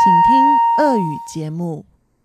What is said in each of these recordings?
请听俄语节目。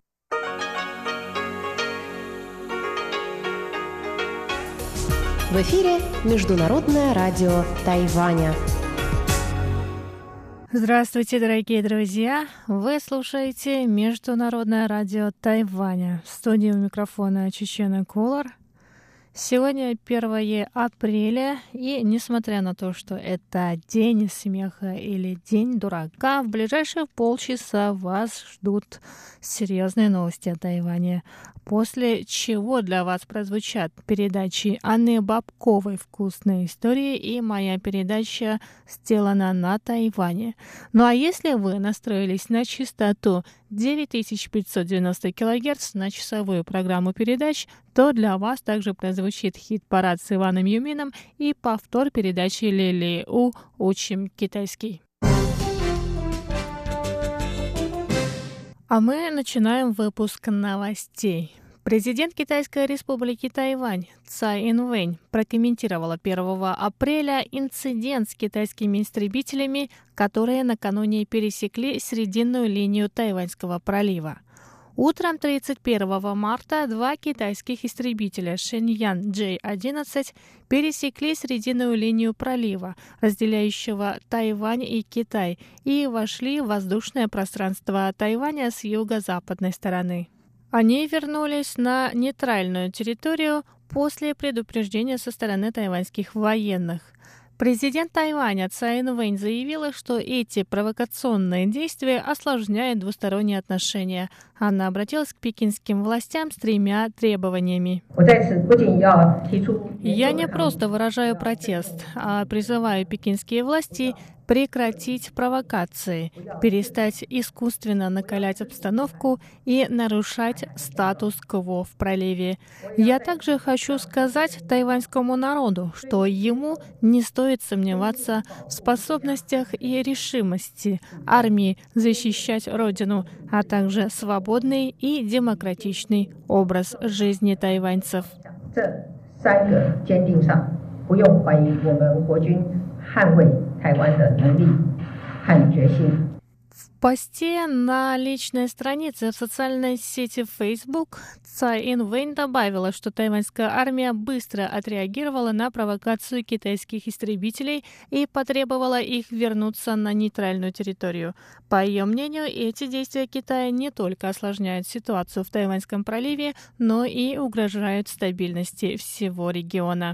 В эфире Международное радио Тайваня. Здравствуйте, дорогие друзья! Вы слушаете Международное радио Тайваня. В студии у микрофона Чечена Кулар. Сегодня 1 апреля, и несмотря на то, что это день смеха или день дурака, в ближайшие полчаса вас ждут серьезные новости о Тайване, после чего для вас прозвучат передачи Анны Бабковой «Вкусные истории» и моя передача «Сделана на Тайване». Ну а если вы настроились на частоту 9590 кГц на часовую программу передач, то для вас также прозвучит хит-парад с Иваном Юмином и повтор передачи Лили У «Учим китайский». А мы начинаем выпуск новостей. Президент Китайской республики Тайвань Цай Инвэнь прокомментировала 1 апреля инцидент с китайскими истребителями, которые накануне пересекли срединную линию Тайваньского пролива. Утром 31 марта два китайских истребителя Шэньян J-11 пересекли срединную линию пролива, разделяющего Тайвань и Китай, и вошли в воздушное пространство Тайваня с юго-западной стороны. Они вернулись на нейтральную территорию после предупреждения со стороны тайваньских военных. Президент Тайваня Цай Инвэнь заявила, что эти провокационные действия осложняют двусторонние отношения. Она обратилась к пекинским властям с 3 требованиями. «Я не просто выражаю протест, а призываю пекинские власти прекратить провокации, перестать искусственно накалять обстановку и нарушать статус-кво в проливе. Я также хочу сказать тайваньскому народу, что ему не стоит сомневаться в способностях и решимости армии защищать Родину, а также свободный и демократичный образ жизни тайваньцев». В посте на личной странице в социальной сети Facebook Цай Инвэнь добавила, что тайваньская армия быстро отреагировала на провокацию китайских истребителей и потребовала их вернуться на нейтральную территорию. По ее мнению, эти действия Китая не только осложняют ситуацию в Тайваньском проливе, но и угрожают стабильности всего региона.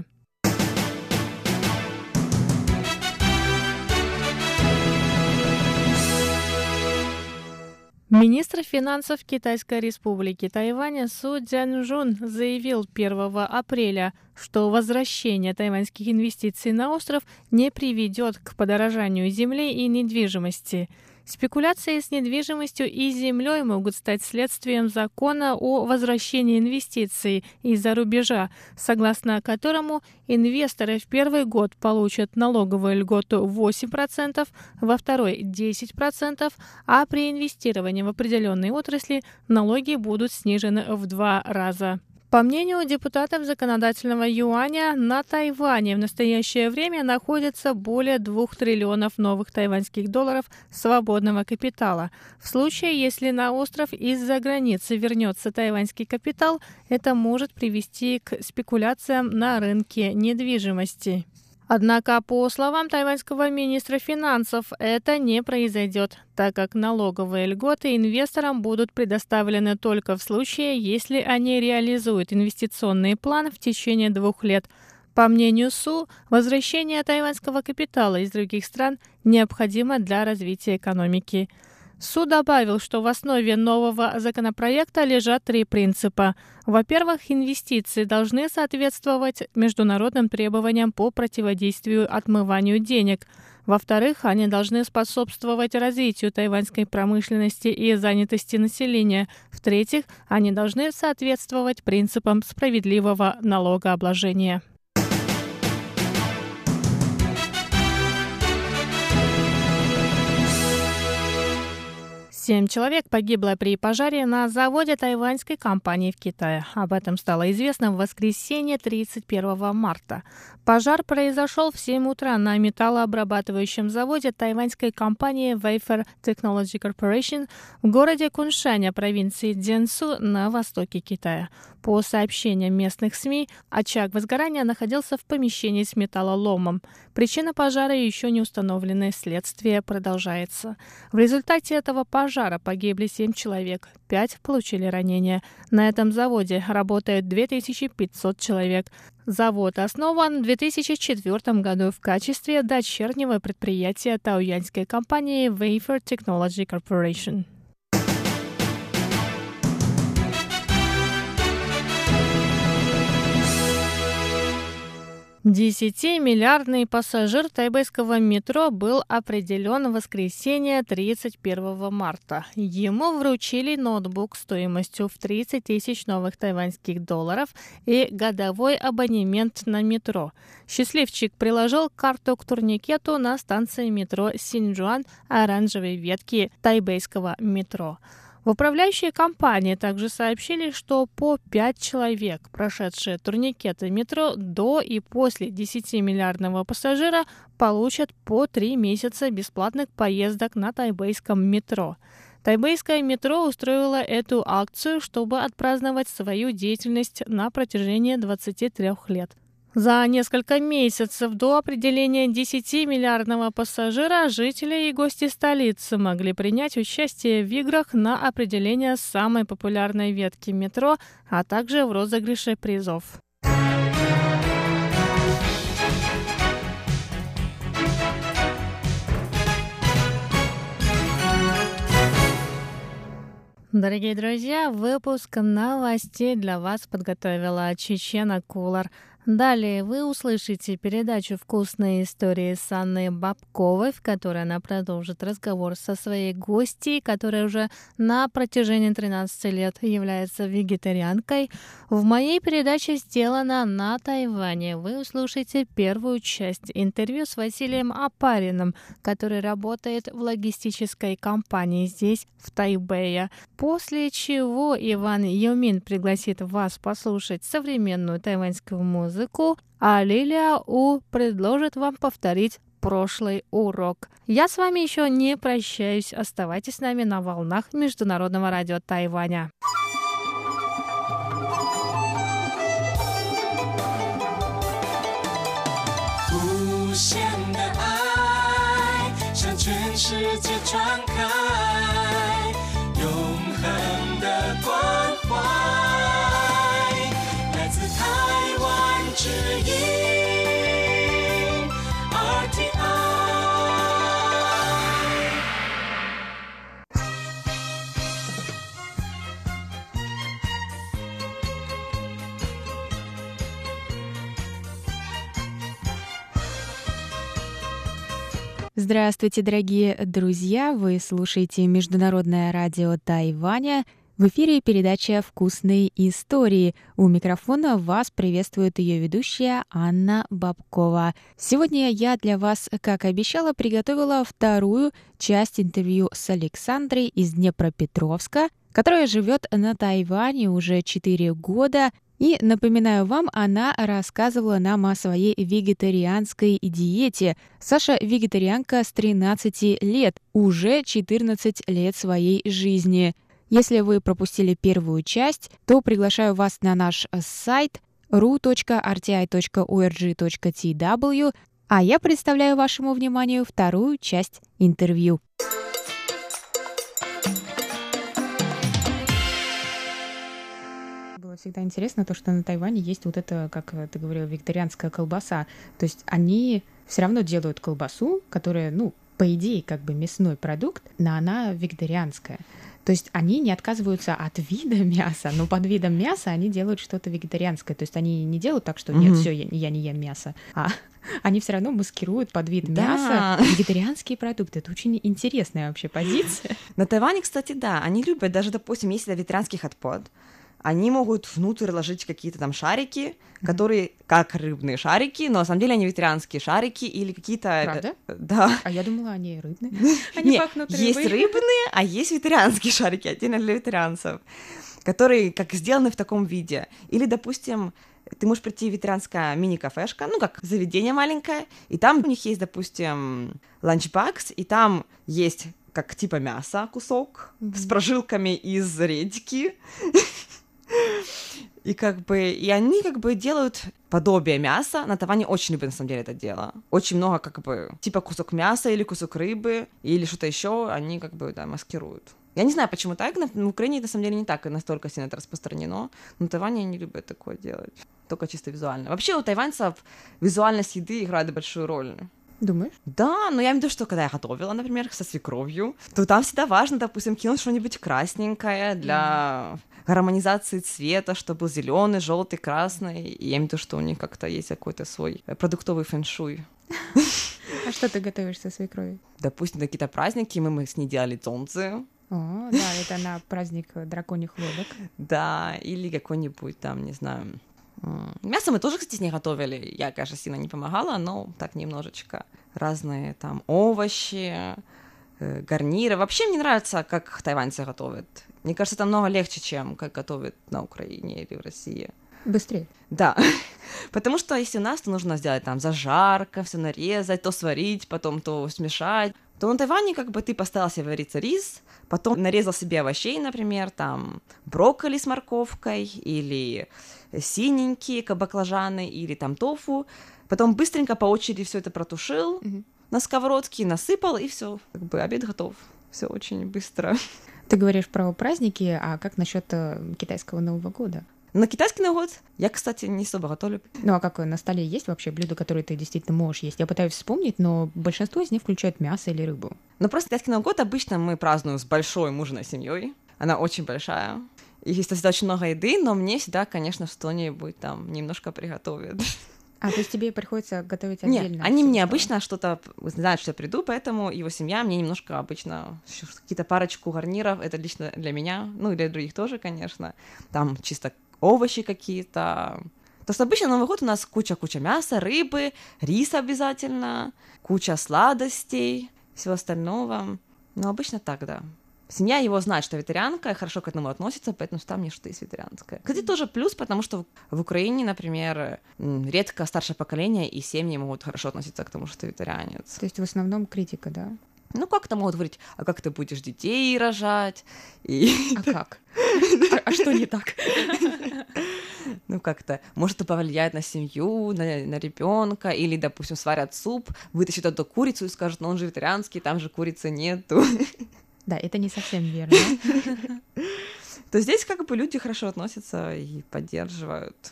Министр финансов Китайской республики Тайваня Су Цзяньжун заявил 1 апреля, что возвращение тайваньских инвестиций на остров не приведет к подорожанию земли и недвижимости. Спекуляции с недвижимостью и землей могут стать следствием закона о возвращении инвестиций из-за рубежа, согласно которому инвесторы в первый год получат налоговую льготу 8%, во второй – 10%, а при инвестировании в определенные отрасли налоги будут снижены в 2 раза. По мнению депутатов законодательного юаня, на Тайване в настоящее время находится более 2 триллионов новых тайваньских долларов свободного капитала. В случае, если на остров из-за границы вернется тайваньский капитал, это может привести к спекуляциям на рынке недвижимости. Однако, по словам тайваньского министра финансов, это не произойдет, так как налоговые льготы инвесторам будут предоставлены только в случае, если они реализуют инвестиционный план в течение 2 лет. По мнению Су, возвращение тайваньского капитала из других стран необходимо для развития экономики. Су добавил, что в основе нового законопроекта лежат 3 принципа. Во-первых, инвестиции должны соответствовать международным требованиям по противодействию отмыванию денег. Во-вторых, они должны способствовать развитию тайваньской промышленности и занятости населения. В-третьих, они должны соответствовать принципам справедливого налогообложения. 7 человек погибло при пожаре на заводе тайваньской компании в Китае. Об этом стало известно в воскресенье 31 марта. Пожар произошел в 7 утра на металлообрабатывающем заводе тайваньской компании Wafer Technology Corporation в городе Куншань, провинции Цзянсу на востоке Китая. По сообщениям местных СМИ, очаг возгорания находился в помещении с металлоломом. Причина пожара еще не установлена, следствие продолжается. В результате этого пожара погибли 7 человек, 5 получили ранения. На этом заводе работает 2500 человек. Завод основан в 2004 году в качестве дочернего предприятия таоюаньской компании Wafer Technology Corporation. 10-миллиардный пассажир тайбэйского метро был определен в воскресенье 31 марта. Ему вручили ноутбук стоимостью в 30 тысяч новых тайваньских долларов и годовой абонемент на метро. Счастливчик приложил карту к турникету на станции метро Синьчжуан оранжевой ветки тайбэйского метро. В управляющей компании также сообщили, что по 5 человек, прошедшие турникеты метро до и после 10-миллиардного пассажира, получат по 3 месяца бесплатных поездок на тайбэйском метро. Тайбэйское метро устроило эту акцию, чтобы отпраздновать свою деятельность на протяжении 23 лет. За несколько месяцев до определения 10-миллиардного пассажира жители и гости столицы могли принять участие в играх на определение самой популярной ветки метро, а также в розыгрыше призов. Дорогие друзья, выпуск новостей для вас подготовила Чечена Кулар. Далее вы услышите передачу «Вкусные истории» с Анной Бабковой, в которой она продолжит разговор со своей гостьей, которая уже на протяжении 13 лет является вегетарианкой. В моей передаче «Сделано на Тайване» вы услышите первую часть интервью с Василием Апариным, который работает в логистической компании здесь, в Тайбэе. После чего Иван Юмин пригласит вас послушать современную тайваньскую музыку, а Лилия У предложит вам повторить прошлый урок. Я с вами еще не прощаюсь. Оставайтесь с нами на волнах Международного радио Тайваня. Здравствуйте, дорогие друзья! Вы слушаете Международное радио Тайваня. В эфире передача «Вкусные истории». У микрофона вас приветствует ее ведущая Анна Бабкова. Сегодня я для вас, как обещала, приготовила вторую часть интервью с Александрой из Днепропетровска, которая живет на Тайване уже 4 года. И, напоминаю вам, она рассказывала нам о своей вегетарианской диете. Саша вегетарианка с 13 лет, уже 14 лет своей жизни. Если вы пропустили первую часть, то приглашаю вас на наш сайт ru.rti.org.tw, а я представляю вашему вниманию вторую часть интервью. Было всегда интересно то, что на Тайване есть вот это, как ты говорила, вегетарианская колбаса. То есть они все равно делают колбасу, которая, по идее, как бы мясной продукт, но она вегетарианская. То есть они не отказываются от вида мяса, но под видом мяса они делают что-то вегетарианское. То есть они не делают так, что нет, все, я не ем мясо, а они все равно маскируют под вид мяса вегетарианские продукты. Это очень интересная вообще позиция. На Тайване, кстати, да, они любят, даже, допустим, если это ветеранский хот-pot, они могут внутрь ложить какие-то там шарики, которые как рыбные шарики, но на самом деле они вегетарианские шарики или какие-то... Правда? Да. А я думала, они рыбные. Они Нет, пахнут рыбой. есть рыбные, а есть вегетарианские шарики, отдельно для вегетарианцев, которые как сделаны в таком виде. Или, допустим, ты можешь прийти в вегетарианская мини-кафешка, ну, как заведение маленькое, и там у них есть, допустим, ланчбакс, и там есть как типа мясо кусок с прожилками из редьки. И как бы, и они как бы делают подобие мяса. На Тайване очень любят, на самом деле, это дело. Очень много как бы, типа кусок мяса или кусок рыбы, или что-то еще, они как бы, да, маскируют. Я не знаю, почему так, в Украине, на самом деле, не так и настолько сильно это распространено, но на Тайване они любят такое делать, только чисто визуально. Вообще у тайваньцев визуальность еды играет большую роль. Думаешь? Да, но я имею в виду, что когда я готовила, например, со свекровью, то там всегда важно, допустим, кинуть что-нибудь красненькое для гармонизации цвета, чтобы был зеленый, желтый, красный. И я имею в виду, что у них как-то есть какой-то свой продуктовый фэншуй. А что ты готовишь со свекровью? Допустим, на какие-то праздники мы с ней делали цонци. О, да, это на праздник драконьих лодок. Да, или какой-нибудь там, не знаю... Мясо мы тоже, кстати, с ней готовили. Я, конечно, сильно не помогала, но так немножечко. Разные там овощи, гарниры. Вообще мне нравится, как тайваньцы готовят. Мне кажется, это намного легче, чем как готовят на Украине или в России. Быстрее. Да, потому что если у нас, то нужно сделать там зажарка, все нарезать, то сварить, потом то смешать. То на Тайване как бы ты поставил себе вариться рис, потом нарезал себе овощей, например, там брокколи с морковкой или синенькие баклажаны или там тофу, потом быстренько по очереди все это протушил на сковородке, насыпал, и все, как бы обед готов. Все очень быстро. Ты говоришь про праздники, а как насчет китайского Нового года? На китайский Новый год я, кстати, не особо готовлю. Ну, а как на столе есть вообще блюда, которые ты действительно можешь есть? Я пытаюсь вспомнить, но большинство из них включают мясо или рыбу. Но просто китайский Новый год обычно мы празднуем с большой мужной семьей. Она очень большая. И есть всегда очень много еды, но мне всегда, конечно, что-нибудь там немножко приготовят. А, то есть тебе приходится готовить отдельно? Нет, они мне обычно что-то знают, что я приду, поэтому его семья мне немножко обычно какие-то парочку гарниров, это лично для меня, ну и для других тоже, конечно. Там чисто овощи какие-то. Потому что обычно на Новый год у нас куча мяса, рыбы, рис обязательно, куча сладостей, всего остального. Но обычно так, да. Семья его знает, что вегетарианка, и хорошо к этому относится, поэтому там мне что-то есть вегетарианское. Кстати, тоже плюс, потому что в Украине, например, редко старшее поколение и семьи могут хорошо относиться к тому, что ты вегетарианец. То есть в основном критика, да? Ну, как-то могут говорить, а как ты будешь детей рожать? И... А как? А что не так? Ну, как-то, может, это повлияет на семью, на ребенка, или, допустим, сварят суп, вытащат эту курицу и скажут, ну, он же вегетарианский, там же курицы нету. Да, это не совсем верно. То здесь как бы люди хорошо относятся и поддерживают.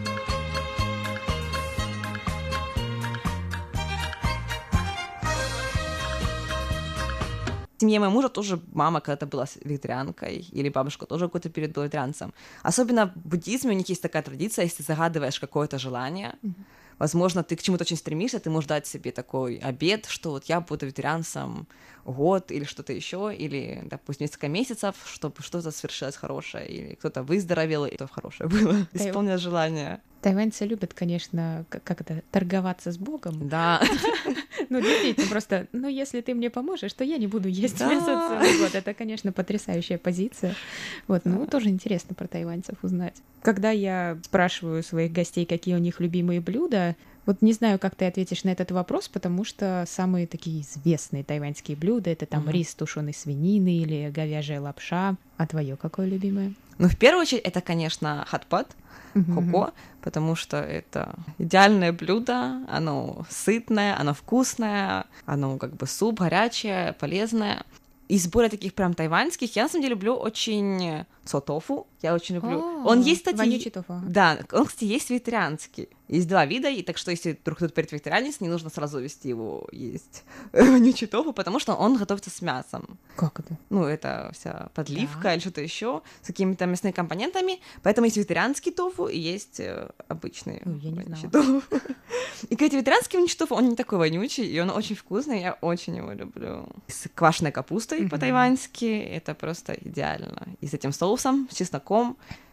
В семье моего мужа тоже мама когда-то была вегетарианкой, или бабушка тоже какой-то период была вегетарианцем. Особенно в буддизме у них есть такая традиция, если ты загадываешь какое-то желание, возможно, ты к чему-то очень стремишься, ты можешь дать себе такой обет, что вот я буду вегетарианцем год или что-то еще, или, допустим, несколько месяцев, чтобы что-то свершилось хорошее, или кто-то выздоровел, и то хорошее было, исполнил желание. Тайваньцы любят, конечно, как это, торговаться с Богом. Да. Ну, действительно, просто, ну, если ты мне поможешь, то я не буду есть мясо целый год. Это, конечно, потрясающая позиция. Вот, ну, тоже интересно про тайваньцев узнать. Когда я спрашиваю своих гостей, какие у них любимые блюда, вот не знаю, как ты ответишь на этот вопрос, потому что самые такие известные тайваньские блюда — это там рис с тушеной свинины или говяжья лапша. А твое какое любимое? Ну, в первую очередь, это, конечно, хатпот, хоко, потому что это идеальное блюдо, оно сытное, оно вкусное, оно как бы суп горячее, полезное. Из более таких прям тайваньских я, на самом деле, люблю очень цо-тофу. Я очень люблю. Он есть, кстати... Вонючий тофу. Да, он, кстати, есть вегетарианский. Есть два вида, и так что, если вдруг кто-то перед вегетарианец, не нужно сразу вести его есть вонючий тофу, потому что он готовится с мясом. Как это? Ну, это вся подливка или что-то еще с какими-то мясными компонентами. Поэтому есть вегетарианский тофу и есть обычный вонючий тофу. И, кстати, вегетарианский вонючий тофу, он не такой вонючий, и он очень вкусный, я очень его люблю. С квашеной капустой по-тайваньски, это просто идеально. И с этим соусом, с чесноком.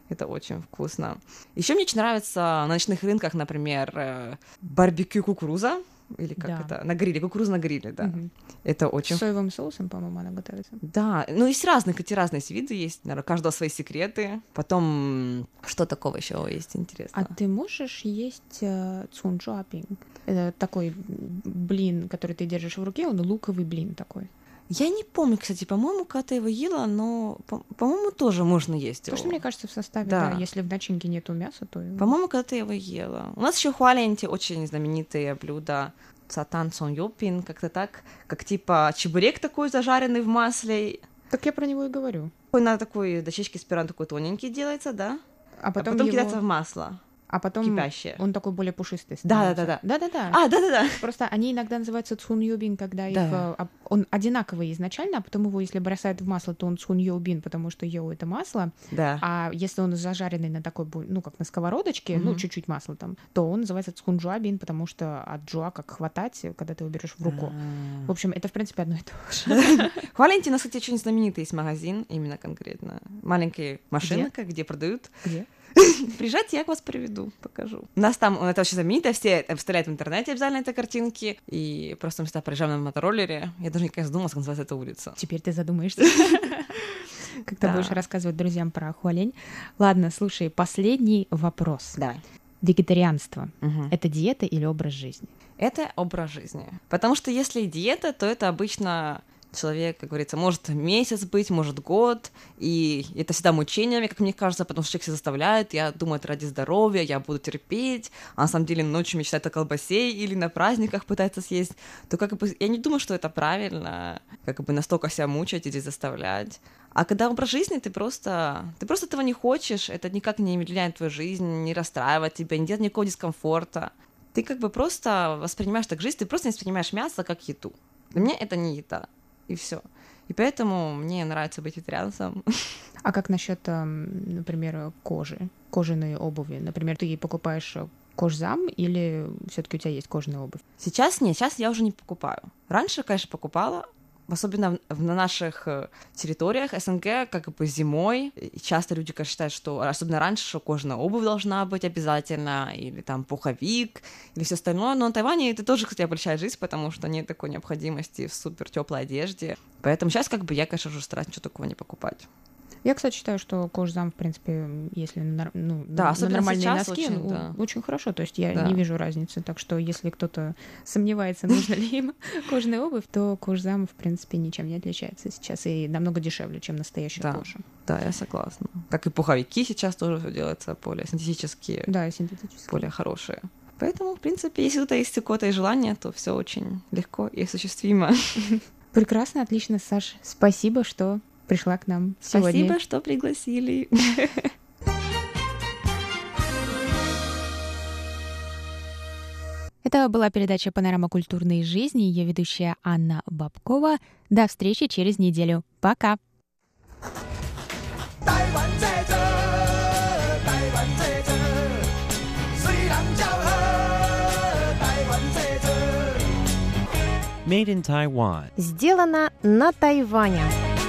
Это очень вкусно. Еще мне очень нравится на ночных рынках, например, барбекю кукуруза. Или как это? На гриле, кукуруза на гриле, да. Это очень... С соевым соусом, по-моему, она готовится. Да, ну есть разные виды есть, наверное, у каждого свои секреты. Потом, что такого еще есть интересно? А ты можешь есть цунжуапинг? Это такой блин, который ты держишь в руке, он луковый блин такой. Я не помню, кстати, по-моему, когда я его ела, но, по-моему, тоже можно есть его. Потому что, мне кажется, в составе, Да. да, если в начинке нету мяса, то... По-моему, когда я его ела. У нас еще в Хуаленте очень знаменитые блюда. Цатан сон юпин, как-то так, как типа чебурек такой зажаренный в масле. Так я про него и говорю. На такой дощечке спиран такой тоненький делается, да? А потом, кидается в масло. А потом кипящее. Он такой более пушистый Да. становится. Да-да-да. Да. Просто они иногда называются цуньюбин, когда Да. он одинаковый изначально, а потом его, если бросают в масло, то он цуньюбин, потому что йоу — это масло. Да. А если он зажаренный на такой, ну, как на сковородочке, ну, чуть-чуть масла там, то он называется цунжуабин, потому что от джуа как хватать, когда ты его берешь в руку. В общем, это, в принципе, одно и то же. В Хуаленте у нас, кстати, очень знаменитый есть магазин, именно конкретно. Маленькие машинка, где продают. Где? Приезжайте, я вас приведу, покажу. У нас там, это очень знаменито, все вставляют в интернете обязательно эти картинки, и просто мы всегда приезжаем на мотороллере. Я даже никогда не задумалась, как называется эта улица. Теперь ты задумаешься. Когда будешь рассказывать друзьям про Хуалень. Ладно, слушай, последний вопрос. Давай. Вегетарианство — это диета или образ жизни? Это образ жизни. Потому что если диета, то это обычно человек, как говорится, может месяц быть, может год, и это всегда мучениями, как мне кажется, потому что человек себя заставляет, я думаю, это ради здоровья, я буду терпеть, а на самом деле ночью мечтает о колбасе или на праздниках пытается съесть, то как бы я не думаю, что это правильно, как бы настолько себя мучать или заставлять. А когда образ жизни, ты просто этого не хочешь, это никак не влияет твою жизнь, не расстраивает тебя, не делает никакого дискомфорта. Ты как бы просто воспринимаешь так жизнь, ты просто не воспринимаешь мясо как еду. Для меня это не еда. И все. И поэтому мне нравится быть вегетарианцем. А как насчет, например, кожаной обуви? Например, ты покупаешь кожзам или все-таки у тебя есть кожаная обувь? Сейчас нет, сейчас я уже не покупаю. Раньше, конечно, покупала, особенно на наших территориях СНГ, как бы зимой. И часто люди, конечно, считают, что, особенно раньше, что кожаная обувь должна быть обязательно, или там пуховик, или все остальное. Но на Тайване это тоже, кстати, облегчает жизнь, потому что нет такой необходимости в супер теплой одежде. Поэтому сейчас, как бы, я, конечно, уже стараюсь ничего такого не покупать. Я, кстати, считаю, что кожзам, в принципе, если на нормальные сейчас носки, очень хорошо. То есть я Да. не вижу разницы. Так что если кто-то сомневается, нужно ли им кожаная обувь, то кожзам, в принципе, ничем не отличается сейчас и намного дешевле, чем настоящая Да. кожа. Да, я согласна. Как и пуховики сейчас тоже все делается более синтетические, Да, синтетически. более хорошие. Поэтому, в принципе, если у какое-то желание, то все очень легко и осуществимо. Прекрасно, отлично, Саш. Спасибо, что пришла к нам сегодня. Спасибо, что пригласили. Это была передача «Панорама культурной жизни», ее ведущая Анна Бабкова. До встречи через неделю. Пока! Made in Taiwan. Сделано на Тайване.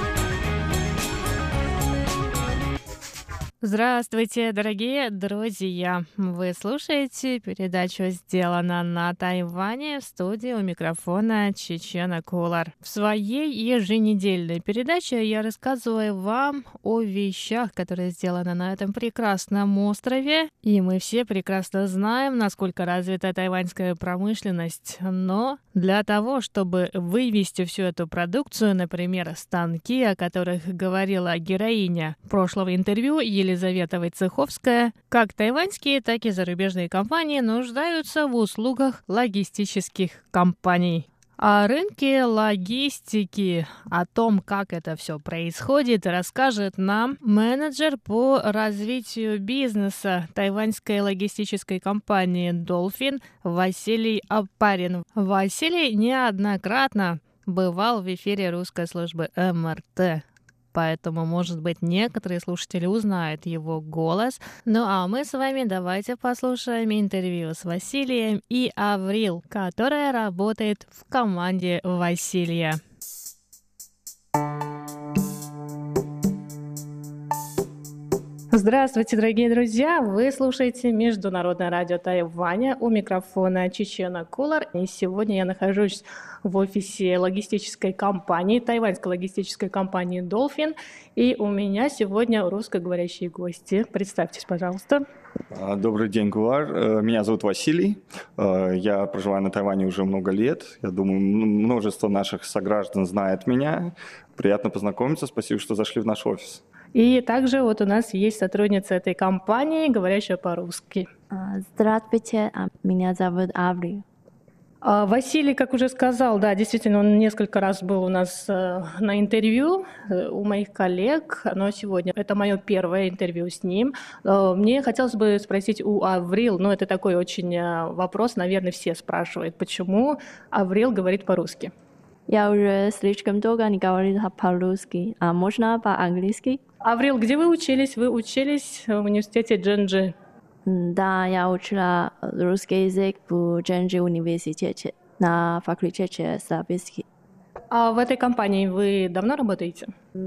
Здравствуйте, дорогие друзья! Вы слушаете передачу «Сделано на Тайване», в студии у микрофона Чечена Кулар. В своей еженедельной передаче я рассказываю вам о вещах, которые сделаны на этом прекрасном острове. И мы все прекрасно знаем, насколько развита тайваньская промышленность. Но для того, чтобы вывести всю эту продукцию, например, станки, о которых говорила героиня прошлого интервью Елизавета Войцеховская, как тайваньские, так и зарубежные компании нуждаются в услугах логистических компаний. О рынке логистики, о том, как это все происходит, расскажет нам менеджер по развитию бизнеса тайваньской логистической компании «Долфин» Василий Апарин. Василий неоднократно бывал в эфире русской службы МРТ. Поэтому, может быть, некоторые слушатели узнают его голос. Ну а мы с вами давайте послушаем интервью с Василием и Аврил, которая работает в команде Василия. Здравствуйте, дорогие друзья! Вы слушаете Международное радио Тайваня. У микрофона Чечена Кулар. И сегодня я нахожусь в офисе логистической компании, тайваньской логистической компании Dolphin. И у меня сегодня русскоговорящие гости. Представьтесь, пожалуйста. Добрый день, Кулар. Меня зовут Василий. Я проживаю на Тайване уже много лет. Я думаю, множество наших сограждан знает меня. Приятно познакомиться. Спасибо, что зашли в наш офис. И также вот у нас есть сотрудница этой компании, говорящая по-русски. Здравствуйте, меня зовут Аврил. Василий, как уже сказал, да, действительно, он несколько раз был у нас на интервью у моих коллег, но сегодня это мое первое интервью с ним. Мне хотелось бы спросить у Аврил, но это такой очень вопрос, наверное, все спрашивают, почему Аврил говорит по-русски. Я уже слишком долго не говорю по-русски, а можно по-английски? Аврил, где вы учились? Вы учились в университете Джэнджи? Да, я учила русский язык в Джэнджи университете на факультете славянский. А в этой компании вы давно работаете?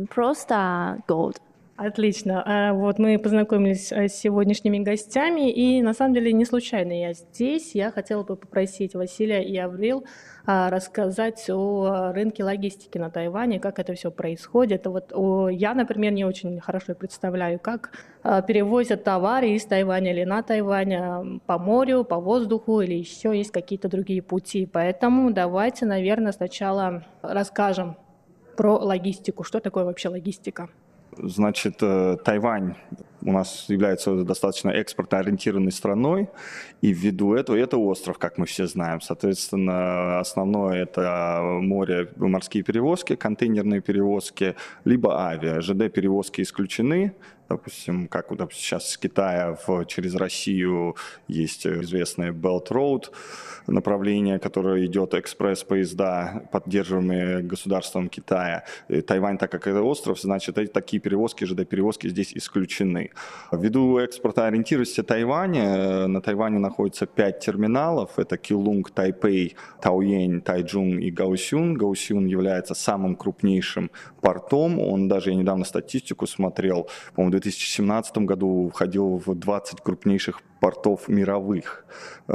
Просто год. Отлично. Вот мы познакомились с сегодняшними гостями, и на самом деле не случайно я здесь. Я хотела бы попросить Василия и Аврил рассказать о рынке логистики на Тайване, как это все происходит. Вот я, например, не очень хорошо представляю, как перевозят товары из Тайваня или на Тайвань по морю, по воздуху или еще есть какие-то другие пути. Поэтому давайте, наверное, сначала расскажем про логистику. Что такое вообще логистика? Значит, Тайвань у нас является достаточно экспортно-ориентированной страной, и ввиду этого это остров, как мы все знаем. Соответственно, основное это море, морские перевозки, контейнерные перевозки, либо авиа. ЖД-перевозки исключены. Допустим, как сейчас с Китая через Россию есть известное Belt Road направление, которое идет экспресс-поезда, поддерживаемые государством Китая. И Тайвань, так как это остров, значит, такие перевозки, ЖД-перевозки здесь исключены. Ввиду экспортоориентированности Тайваня, на Тайване находится 5 терминалов. Это Килунг, Тайпэй, Таоюань, Тайчжун и Гаосюн. Гаосюн является самым крупнейшим портом. Он даже, я недавно статистику смотрел, по-моему, в 2017 году входил в 20 крупнейших портов мировых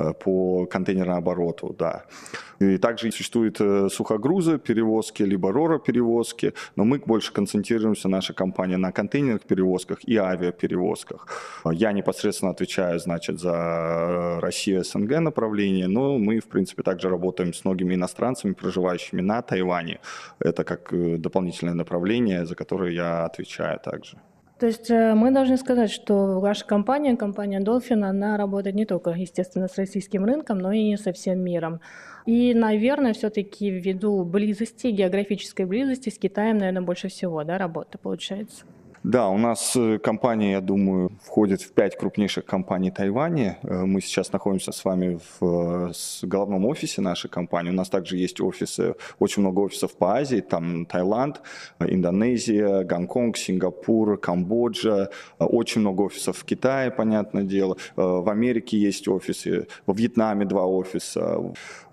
по контейнерному обороту, да. И также существуют сухогрузы перевозки, либо ро-ро-перевозки, но мы больше концентрируемся, наша компания, на контейнерных перевозках и авиаперевозках. Я непосредственно отвечаю, значит, за Россию, СНГ направление, но мы, в принципе, также работаем с многими иностранцами, проживающими на Тайване. Это как дополнительное направление, за которое я отвечаю также. То есть мы должны сказать, что ваша компания Dolphin, она работает не только, естественно, с российским рынком, но и со всем миром. И, наверное, все-таки ввиду близости, географической близости с Китаем, наверное, больше всего, да, работа получается? Да, у нас компания, я думаю, входит в 5 крупнейших компаний Тайваня. Мы сейчас находимся с вами в головном офисе нашей компании. У нас также есть офисы, очень много офисов по Азии, там Таиланд, Индонезия, Гонконг, Сингапур, Камбоджа. Очень много офисов в Китае, понятное дело. В Америке есть офисы, во Вьетнаме 2 офиса.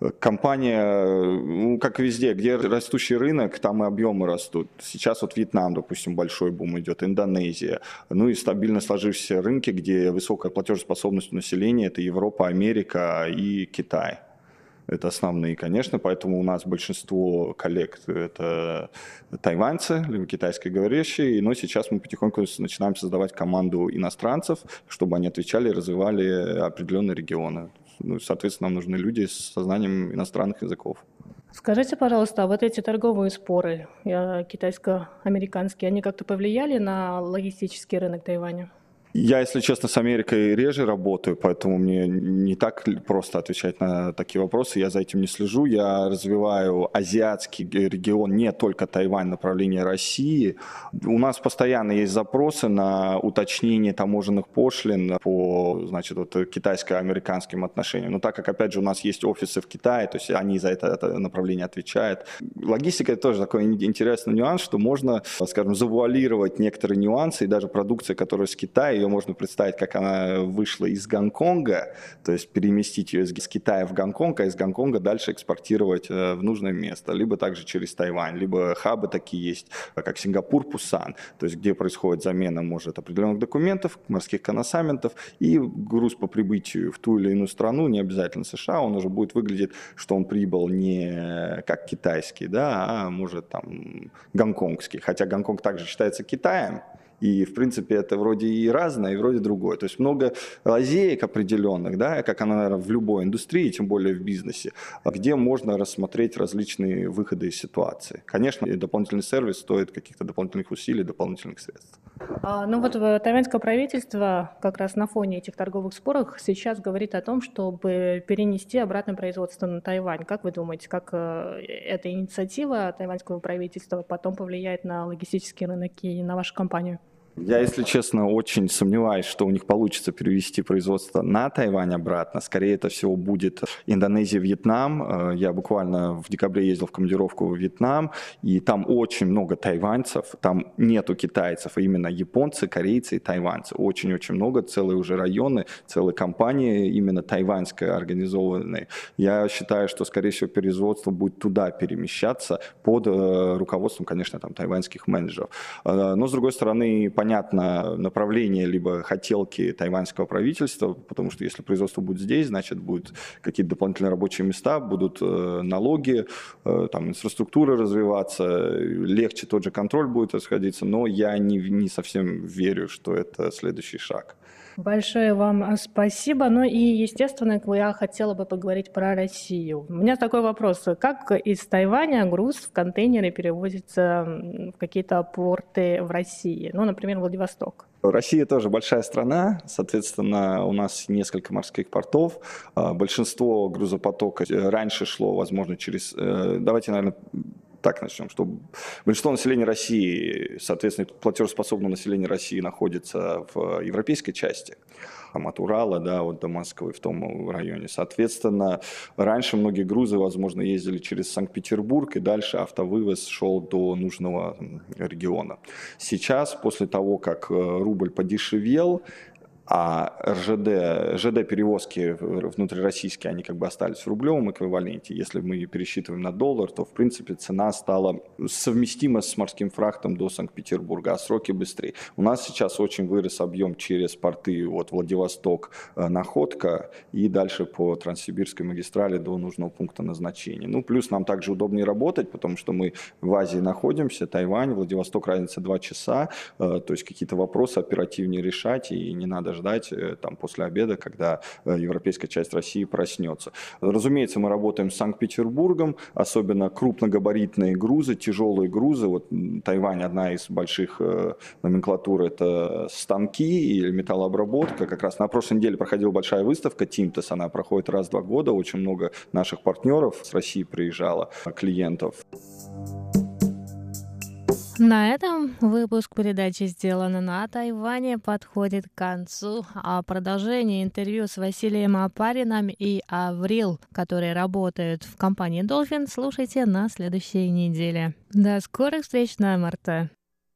Компания, как везде, где растущий рынок, там и объемы растут. Сейчас вот Вьетнам, допустим, большой бум идет, Индонезия. Ну и стабильно сложившиеся рынки, где высокая платежеспособность населения, это Европа, Америка и Китай. Это основные, конечно, поэтому у нас большинство коллег это тайваньцы, либо китайскоговорящие, но сейчас мы потихоньку начинаем создавать команду иностранцев, чтобы они отвечали и развивали определенные регионы. Ну, соответственно, нам нужны люди с сознанием иностранных языков. Скажите, пожалуйста, а вот эти торговые споры китайско-американские, они как-то повлияли на логистический рынок Тайваня? Я, если честно, с Америкой реже работаю, поэтому мне не так просто отвечать на такие вопросы. Я за этим не слежу. Я развиваю азиатский регион, не только Тайвань, направление России. У нас постоянно есть запросы на уточнение таможенных пошлин по, значит, вот, китайско-американским отношениям. Но так как, опять же, у нас есть офисы в Китае, то есть они за это направление отвечают. Логистика – это тоже такой интересный нюанс, что можно, скажем, завуалировать некоторые нюансы, и даже продукция, которая с Китая, ее можно представить, как она вышла из Гонконга, то есть переместить ее из Китая в Гонконг, а из Гонконга дальше экспортировать в нужное место, либо также через Тайвань, либо хабы такие есть, как Сингапур, Пусан, то есть где происходит замена, может, определенных документов, морских конносаментов, и груз по прибытию в ту или иную страну, не обязательно США, он уже будет выглядеть, что он прибыл не как китайский, да, а может там гонконгский, хотя Гонконг также считается Китаем, и, в принципе, это вроде и разное, и вроде другое. То есть много лазеек определенных, да, как она, наверное, в любой индустрии, тем более в бизнесе, где можно рассмотреть различные выходы из ситуации. Конечно, дополнительный сервис стоит каких-то дополнительных усилий, дополнительных средств. Ну вот тайваньское правительство как раз на фоне этих торговых споров сейчас говорит о том, чтобы перенести обратное производство на Тайвань. Как вы думаете, как эта инициатива тайваньского правительства потом повлияет на логистический рынок и на вашу компанию? Я, если честно, очень сомневаюсь, что у них получится перевести производство на Тайвань обратно. Скорее, это всего будет Индонезия, Вьетнам. Я буквально в декабре ездил в командировку в Вьетнам, и там очень много тайваньцев. Там нету китайцев, а именно японцы, корейцы и тайваньцы. Очень-очень много, целые уже районы, целые компании именно тайваньские организованные. Я считаю, что, скорее всего, производство будет туда перемещаться под руководством, конечно, там, тайваньских менеджеров. Но, с другой стороны, понятно направление либо хотелки тайваньского правительства, потому что если производство будет здесь, значит, будут какие-то дополнительные рабочие места, будут налоги, там, инфраструктура развиваться, легче тот же контроль будет расходиться, но я не совсем верю, что это следующий шаг. Большое вам спасибо. Ну и, естественно, я хотела бы поговорить про Россию. У меня такой вопрос. Как из Тайваня груз в контейнеры перевозится в какие-то порты в России? Ну, например, Владивосток. Россия тоже большая страна, соответственно, у нас несколько морских портов. Большинство грузопотока раньше шло, возможно, через... Давайте, наверное, так начнем, что большинство населения России, соответственно, платежеспособное население России находится в европейской части, от Урала, да, вот до Москвы в том районе. Соответственно, раньше многие грузы, возможно, ездили через Санкт-Петербург, и дальше автовывоз шел до нужного региона. Сейчас, после того, как рубль подешевел, а ЖД-перевозки внутрироссийские, они как бы остались в рублевом эквиваленте. Если мы пересчитываем на доллар, то, в принципе, цена стала совместима с морским фрахтом до Санкт-Петербурга, а сроки быстрее. У нас сейчас очень вырос объем через порты от Владивосток, Находка и дальше по Транссибирской магистрали до нужного пункта назначения. Ну, плюс нам также удобнее работать, потому что мы в Азии находимся, Тайвань, Владивосток, разница 2 часа, то есть какие-то вопросы оперативнее решать, и не надо ждать там, после обеда, когда европейская часть России проснется. Разумеется, мы работаем с Санкт-Петербургом, особенно крупногабаритные грузы, тяжелые грузы. Вот Тайвань, одна из больших номенклатур, это станки или металлообработка. Как раз на прошлой неделе проходила большая выставка Тимтес, она проходит раз в 2 года, очень много наших партнеров с России приезжало, клиентов. На этом выпуск передачи «Сделано на Тайване» подходит к концу, а продолжение интервью с Василием Апариным и Аврил, которые работают в компании «Долфин», слушайте на следующей неделе. До скорых встреч на МРТ.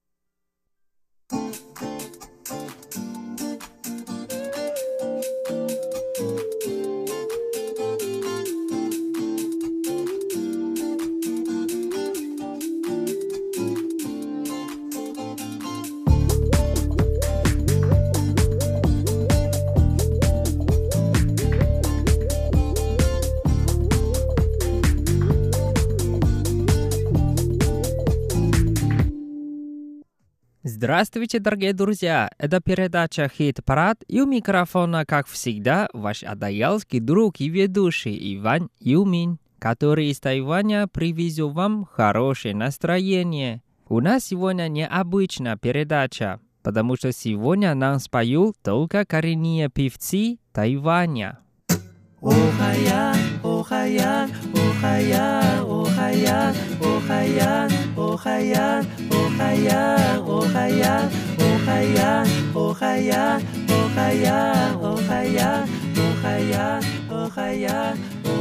Здравствуйте, дорогие друзья! Это передача «Хит-парад», и у микрофона, как всегда, ваш адаялский друг и ведущий Иван Юмин, который из Тайваня привезет вам хорошее настроение. У нас сегодня необычная передача, потому что сегодня нам споют только коренные певцы Тайваня. Охаян, охаян, охаян, охаян, охаян, охаян, охаян, охаян, охаян, охаян, охаян, охаян, охаян, охаян,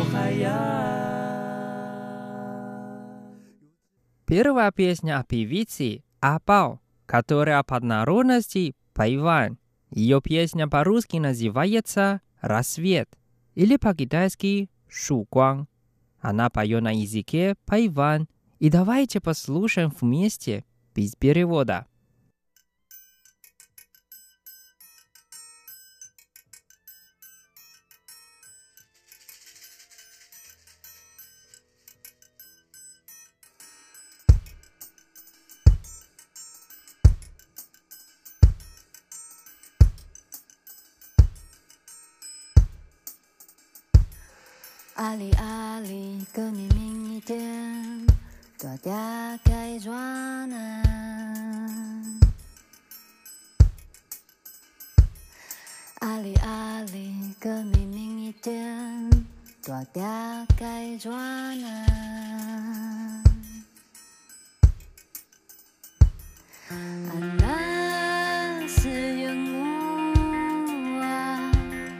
охаян. Первая песня о певице Апау, которая по народности Пайвань. Ее песня по-русски называется «Рассвет» или по-китайски «Шукуан». Она поет на языке Пайван. И давайте послушаем вместе без перевода. 阿里阿里，更明明一点，多大概抓难。阿里阿里，更明明一点，多大概抓难。那是烟雾啊，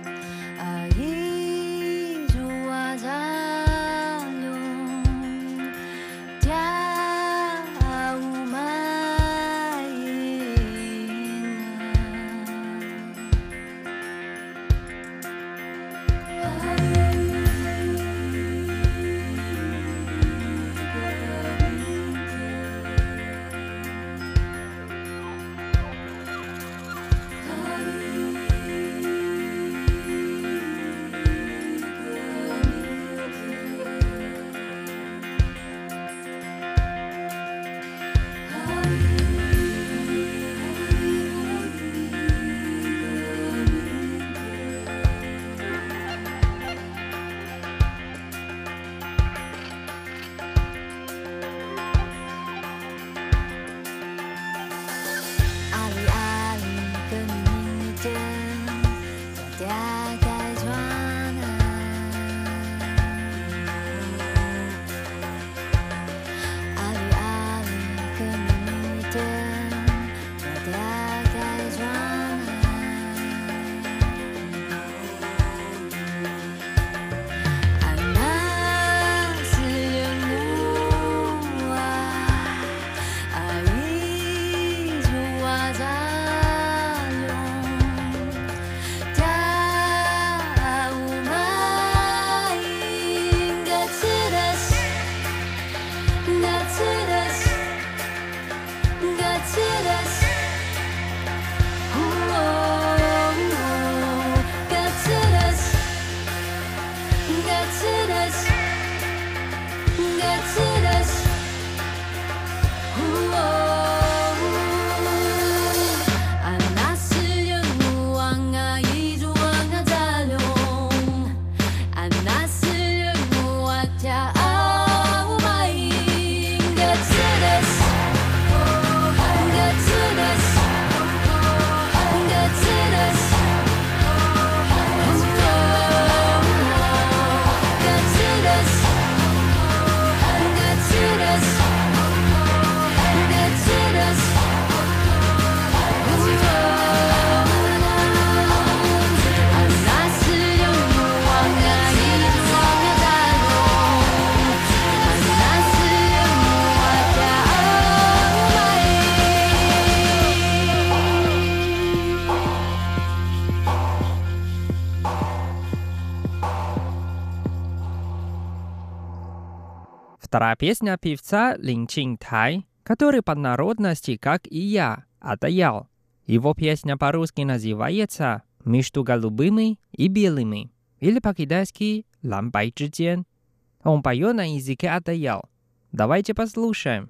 一株啊残留，跳舞卖 Вторая песня певца Лин Чин Тай, который по народности, как и я, Адаял. Его песня по-русски называется «Между голубыми и белыми» или по-китайски «Лан Бай之间». Он поет на языке Адаял. Давайте послушаем.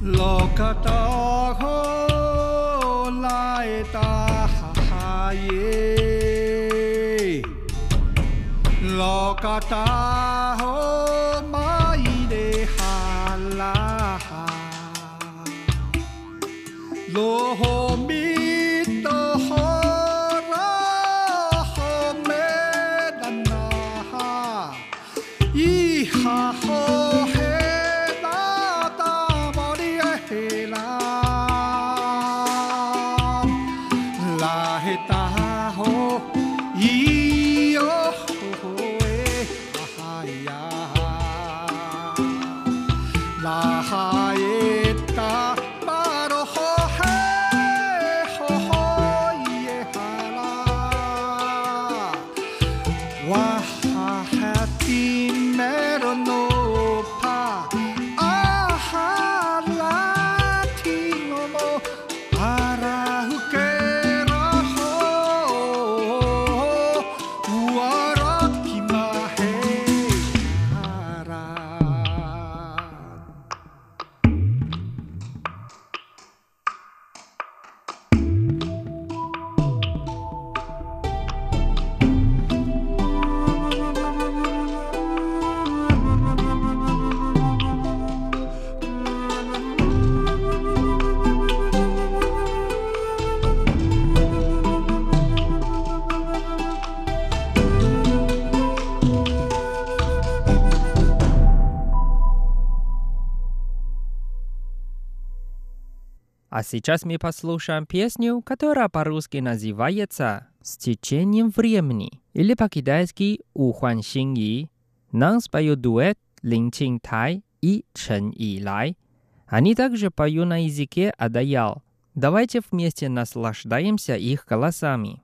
А сейчас мы послушаем песню, которая по-русски называется «С течением времени» или по-китайски «У Хуан Син И». Нам споют дуэт Лин Чин Тай и Чен И Лай. Они также поют на языке адаял. Давайте вместе наслаждаемся их голосами.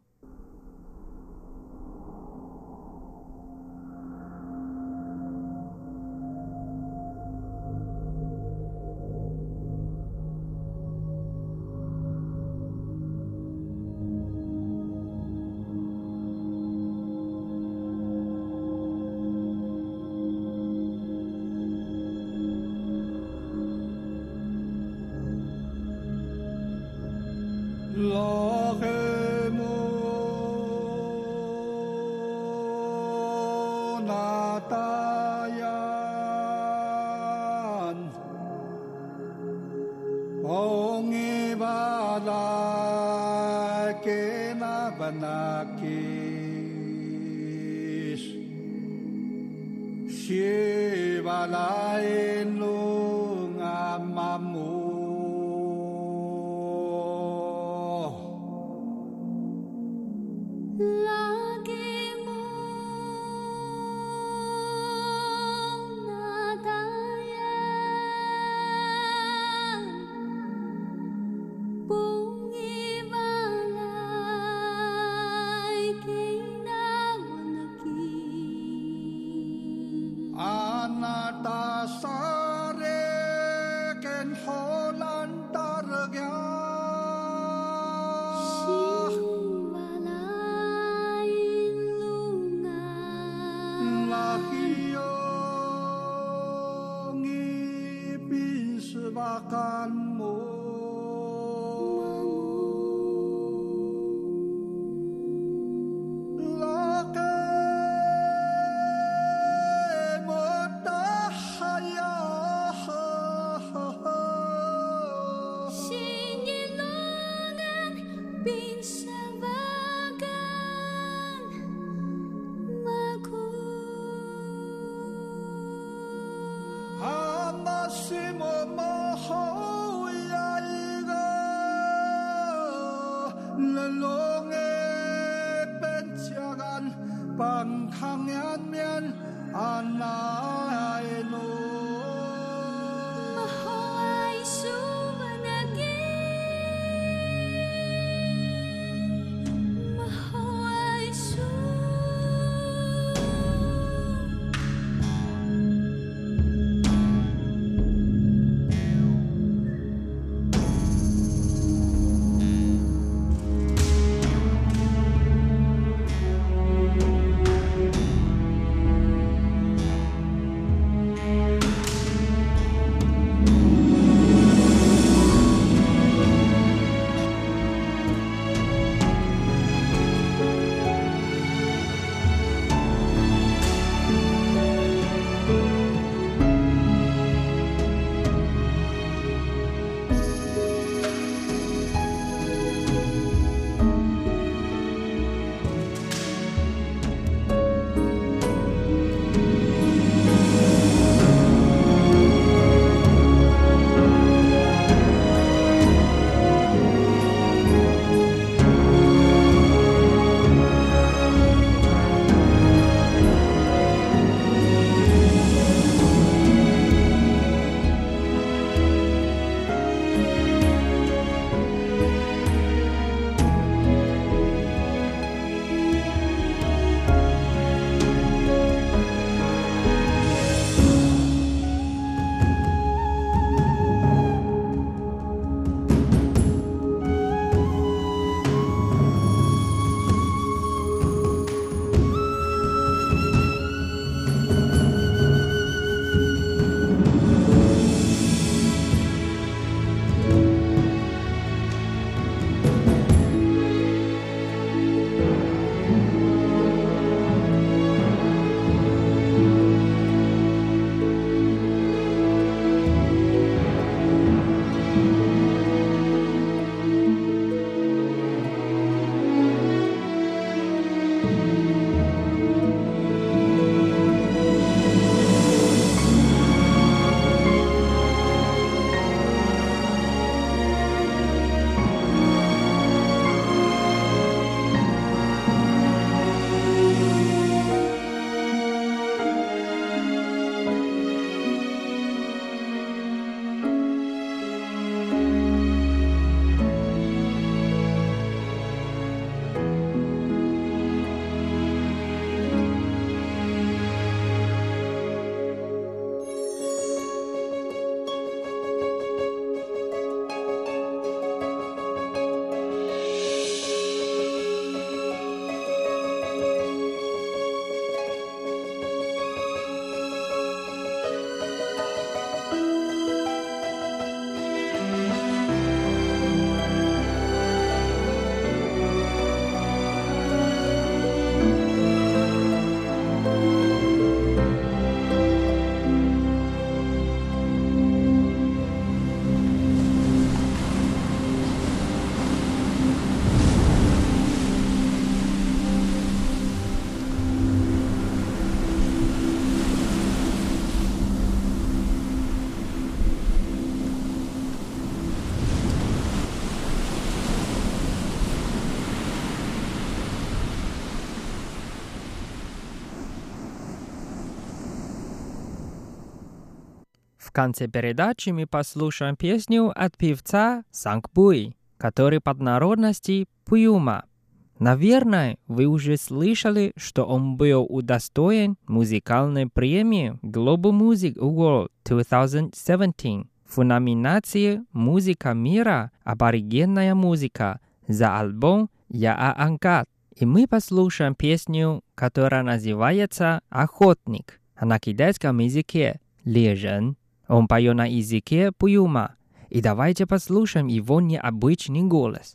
конце передачи мы послушаем песню от певца Сангбуй, который под народности Пуюма. Наверное, вы уже слышали, что он был удостоен музыкальной премии Global Music Award 2017 в номинации «Музыка мира. Аборигенная музыка» за альбом «Я Ангат». И мы послушаем песню, которая называется «Охотник», а на китайском языке «Лежен». Он поет на языке Пуюма. И давайте послушаем его необычный голос.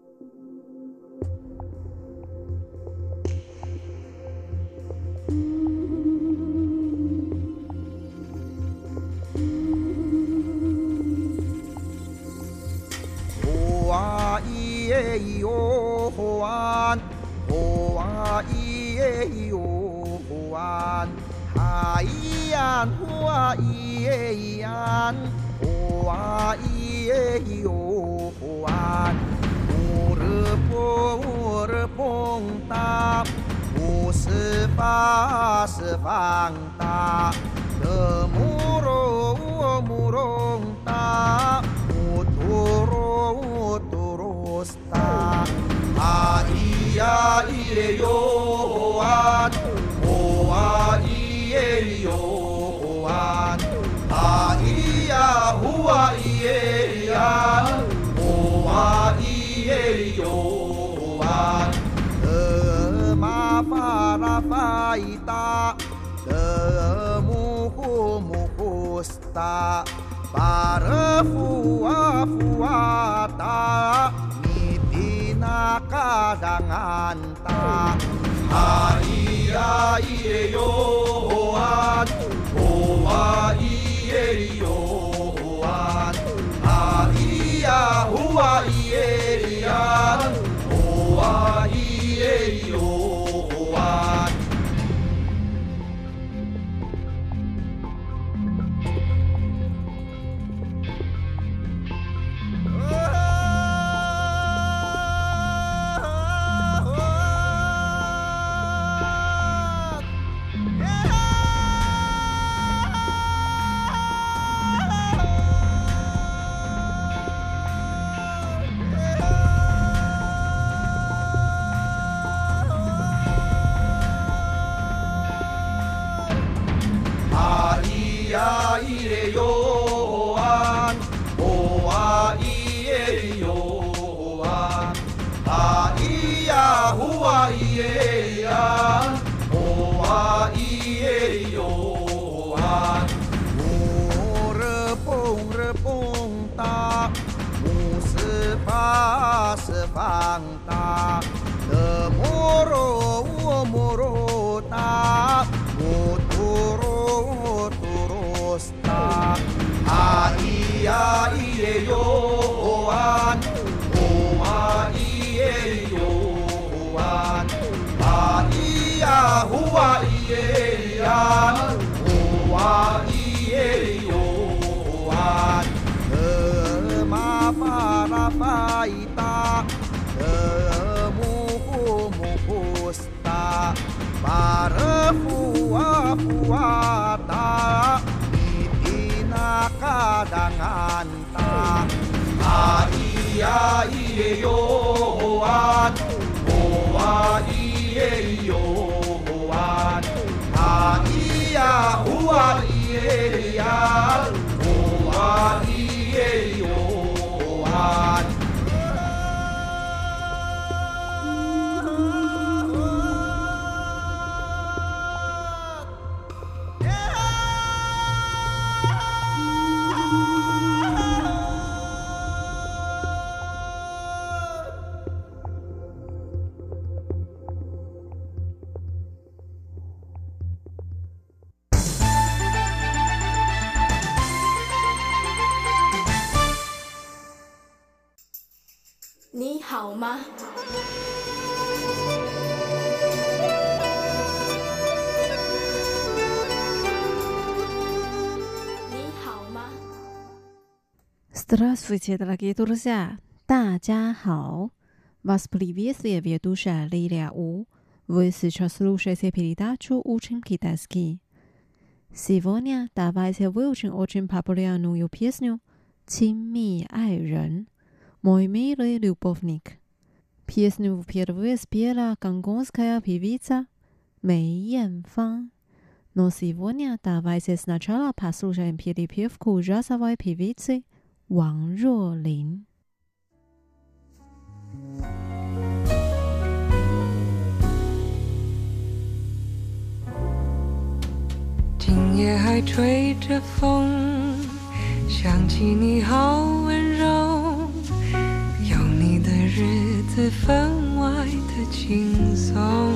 Здравствуйте, дорогие друзья! 大家好! Вас приветствует ведущая Лилия У. Вы сейчас слушаете передачу «Учим китайский». Сегодня давайте выучим очень популярную песню «亲密爱人» «Мой милый любовник». Песню впервые спела гонконгская певица Мэй Янфан. Но сегодня давайте сначала послушаем перепевку джазовой певицы Ван Ролин. 今夜还吹着风，想起你好温柔，有你的日子分外的轻松，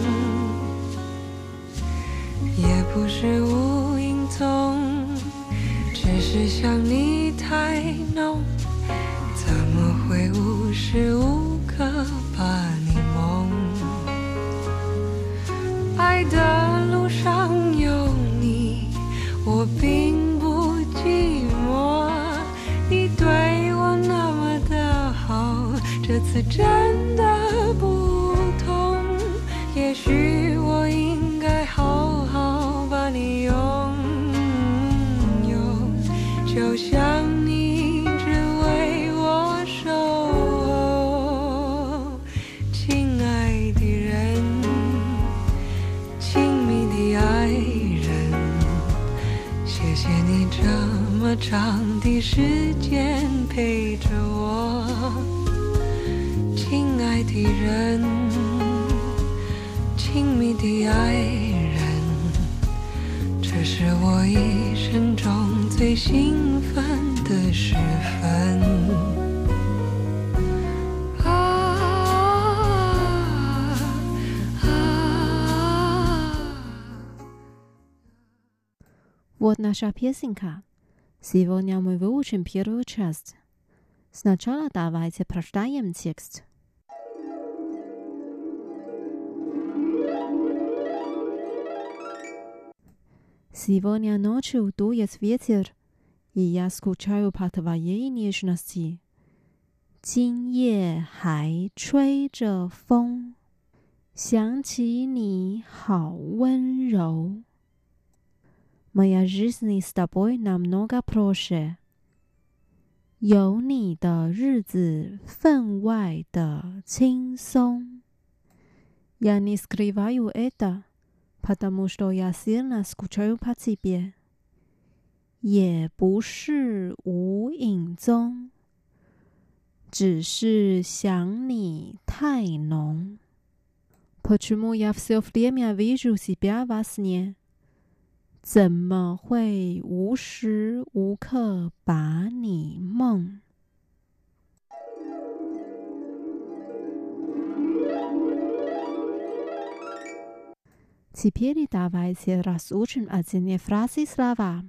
也不是无影踪，只是想你太浓，怎么会无时无刻把你梦？爱的路上有你，我并不寂寞，你对我那么的好，这次真的不同，也许我应该好好把你拥有，就像你只为我守候，亲爱的人，亲密的爱人，谢谢你这么长的时间陪着我，亲爱的人，亲密的爱人，这是我一生中最兴奋的时分。 Вот наша песенка. Сегодня мы выучим первую часть. Сначала давайте прочитаем текст. Сегодня ночью дует ветер, и я скучаю по твоей нежности. 今夜还吹着风，想起你好温柔。Моя жизнь с тобой намного проще. 有你的日子分外的轻松。Я не скрываю это, потому что я сильно скучаю по тебе. 也不是无影踪，只是想你太浓。Почему я все время вижу себя во сне? 怎么会无时无刻把你梦？Теперь давайте разучим отдельные фразы и слова.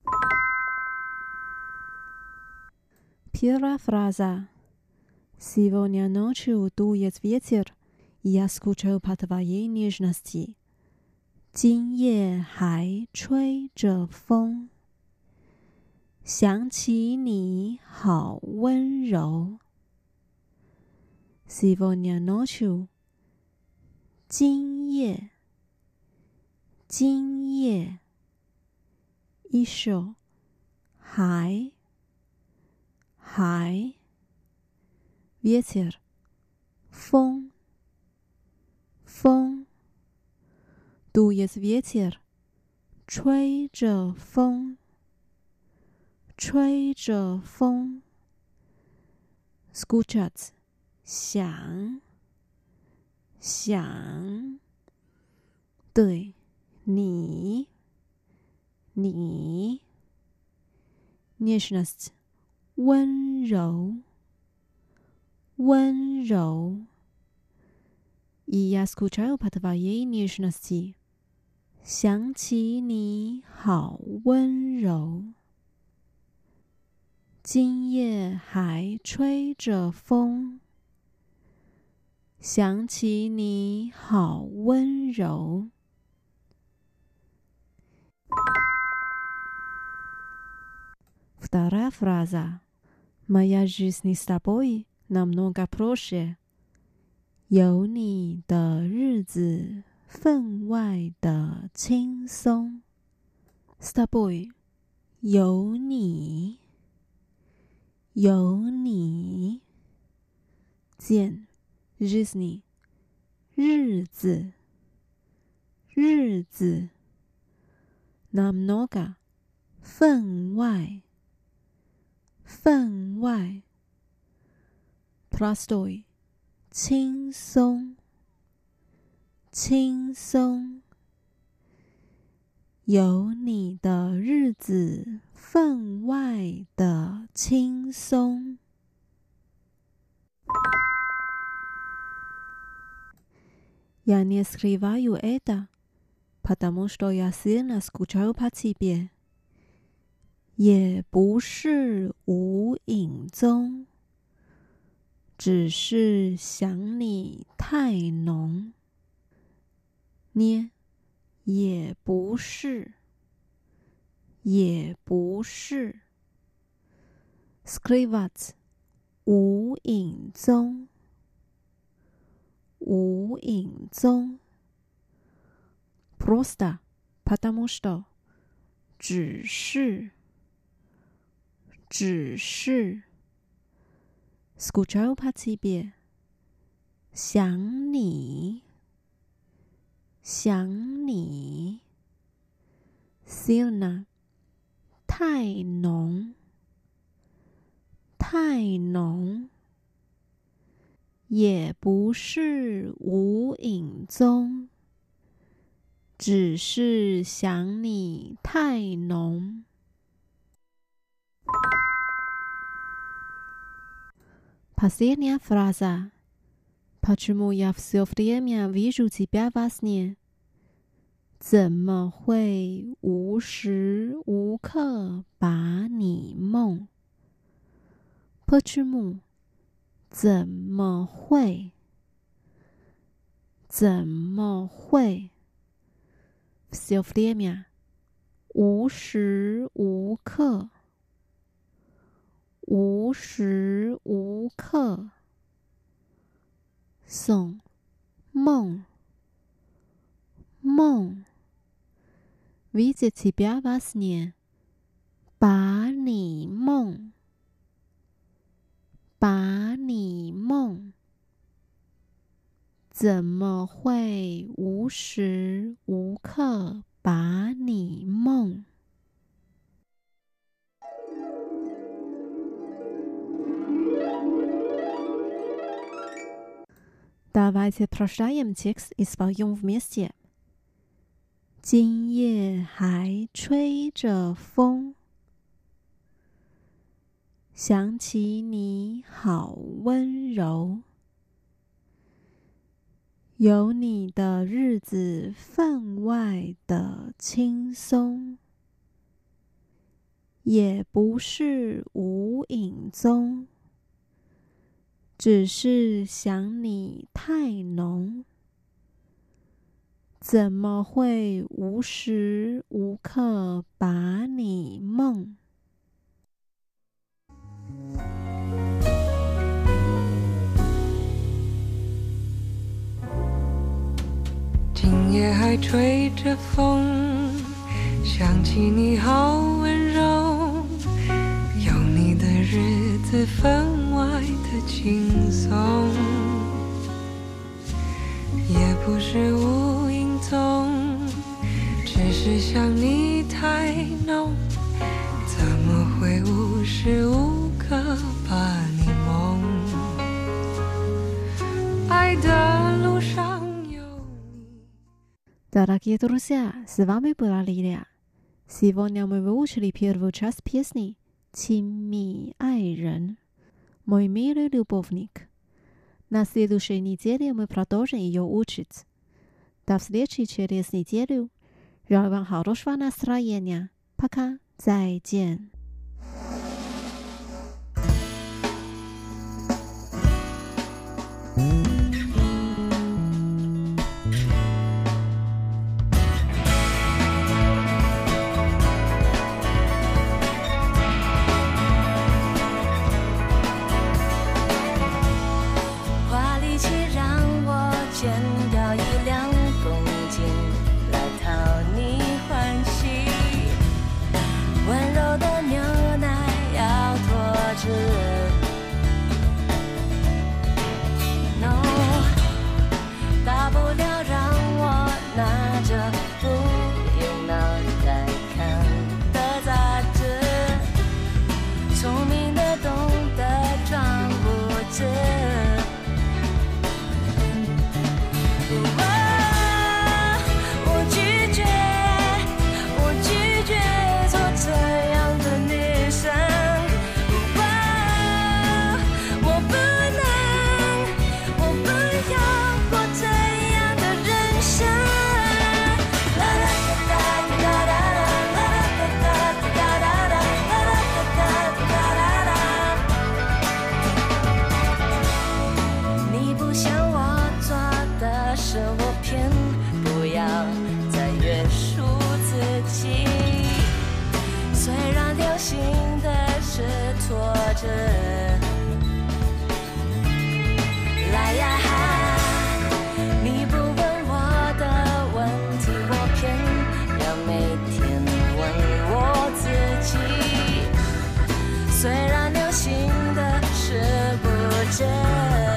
Первая фраза. Сегодня ночью дует ветер, и я скучаю по твоей нежности. 今夜还吹着风，想起你好温柔。Сегодня ночью， 今夜，今夜。一首，还，ветер， 风，风。Дует ветер， 吹着风，吹着风。Скучать， 想，想。对，你，你。Нежность， 温柔，温柔。И я скучаю по твоей нежности. 想起你好温柔。今夜还吹着风，想起你好温柔。Вторая фраза. Моя жизнь с тобой намного проще. 有你的日子分外的轻松。 с тобой 有你有你见 жизни 日子日子 намного 分外分外 простой 轻松轻松有你的日子分外的轻松。Я не скрываю это, потому что я сильно скучаю по тебе. 也不是无影踪，只是想你太浓。捏也不是，也不是。Скрывать 无影踪，无影踪。Просто потому что 只是，只是。Скучаю по тебе 想你。想你 сильно 太浓太浓也不是无影踪只是想你太浓 Последняя фраза Почему я все время вижу тебя во сне? 怎么会无时无刻把你梦 Почему 怎么会怎么会 Все время 无时无刻无时无刻送梦梦 Видеть тебя во сне 把你梦把你梦怎么会无时无刻把你梦Давайте прочитаем текст и споем вместе. 今夜还吹着风，想起你好温柔，有你的日子分外的轻松，也不是无影踪。只是想你太浓，怎么会无时无刻把你梦？ 今夜还吹着风，想起你好温柔，有你的日子分外的轻松，也不是无影踪，只是想你太浓，怎么会无时无刻把你梦？爱的路上有你。 Дорогие друзья, с вами была Лилия. Сегодня мы выучили первую часть песни «Тимми Айрен», «Мой милый любовник». На следующей неделе мы продолжим ее учить. До встречи через неделю. Желаю вам хорошего настроения. Пока. 再见。 来呀哈，你不问我的问题，我偏要每天问我自己。虽然流行的视不见。